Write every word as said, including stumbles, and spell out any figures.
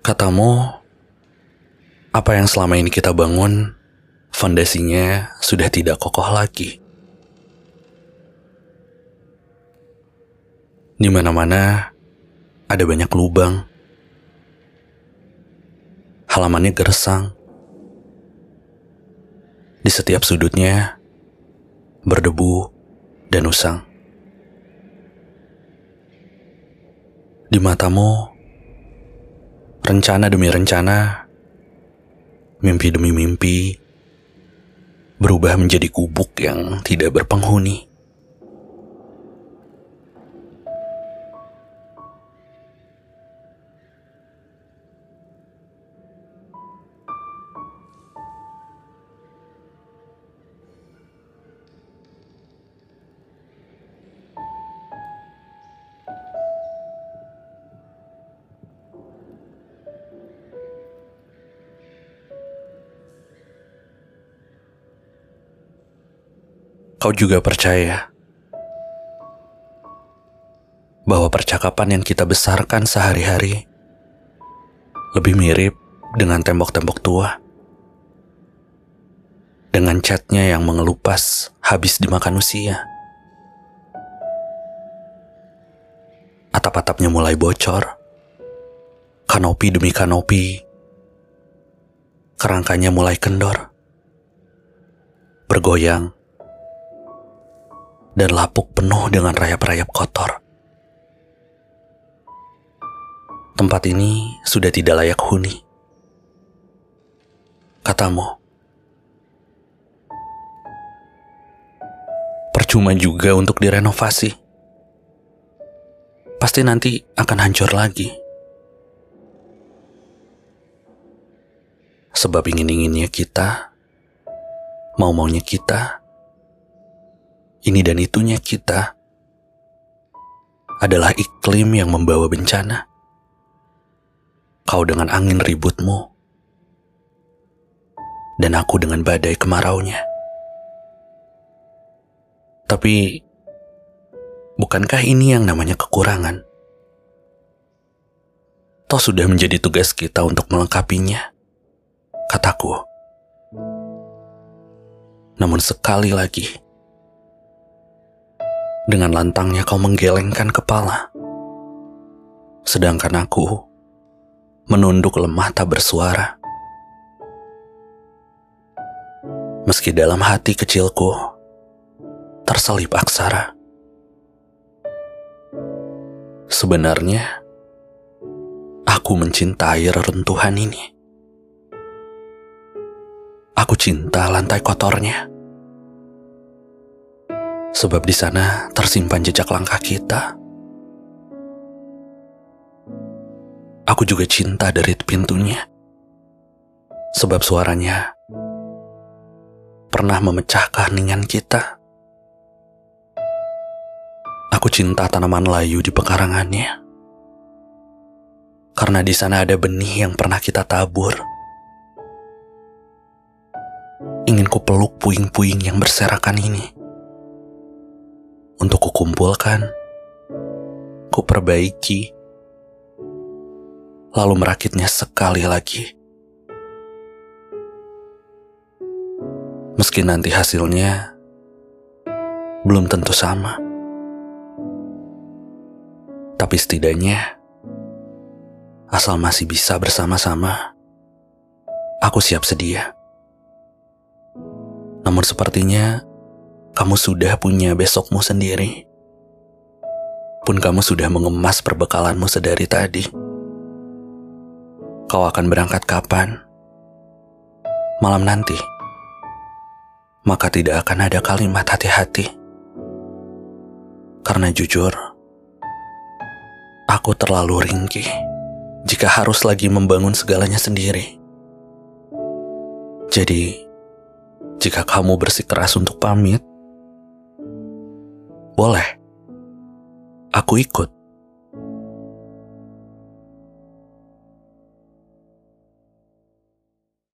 Katamu, apa yang selama ini kita bangun, fondasinya sudah tidak kokoh lagi. Di mana-mana ada banyak lubang. Halamannya gersang. Di setiap sudutnya berdebu dan usang. Di matamu, rencana demi rencana, mimpi demi mimpi, berubah menjadi gubuk yang tidak berpenghuni. Kau juga percaya bahwa percakapan yang kita besarkan sehari-hari lebih mirip dengan tembok-tembok tua, dengan catnya yang mengelupas habis dimakan usia. Atap-atapnya mulai bocor, kanopi demi kanopi, kerangkanya mulai kendor, bergoyang, dan lapuk penuh dengan rayap-rayap kotor. Tempat ini sudah tidak layak huni. Katamu, percuma juga untuk direnovasi. Pasti nanti akan hancur lagi. Sebab ingin-inginnya kita, mau-maunya kita, ini dan itunya kita, adalah iklim yang membawa bencana. Kau dengan angin ributmu, dan aku dengan badai kemaraunya. Tapi, bukankah ini yang namanya kekurangan? Toh sudah menjadi tugas kita untuk melengkapinya, kataku. Namun sekali lagi, dengan lantangnya kau menggelengkan kepala, sedangkan aku menunduk lemah tak bersuara. Meski dalam hati kecilku terselip aksara. Sebenarnya, aku mencintai reruntuhan ini. Aku cinta lantai kotornya. Sebab di sana tersimpan jejak langkah kita. Aku juga cinta derit pintunya. Sebab suaranya pernah memecah keheningan kita. Aku cinta tanaman layu di pekarangannya. Karena di sana ada benih yang pernah kita tabur. Ingin ku peluk puing-puing yang berserakan ini. Untuk kukumpulkan, kuperbaiki, lalu merakitnya sekali lagi. Meski nanti hasilnya belum tentu sama. Tapi setidaknya, asal masih bisa bersama-sama, aku siap sedia. Namun sepertinya, kamu sudah punya besokmu sendiri. Pun kamu sudah mengemas perbekalanmu sedari tadi. Kau akan berangkat kapan? Malam nanti. Maka tidak akan ada kalimat hati-hati. Karena jujur, aku terlalu ringkih jika harus lagi membangun segalanya sendiri. Jadi, jika kamu bersikeras untuk pamit, boleh, aku ikut.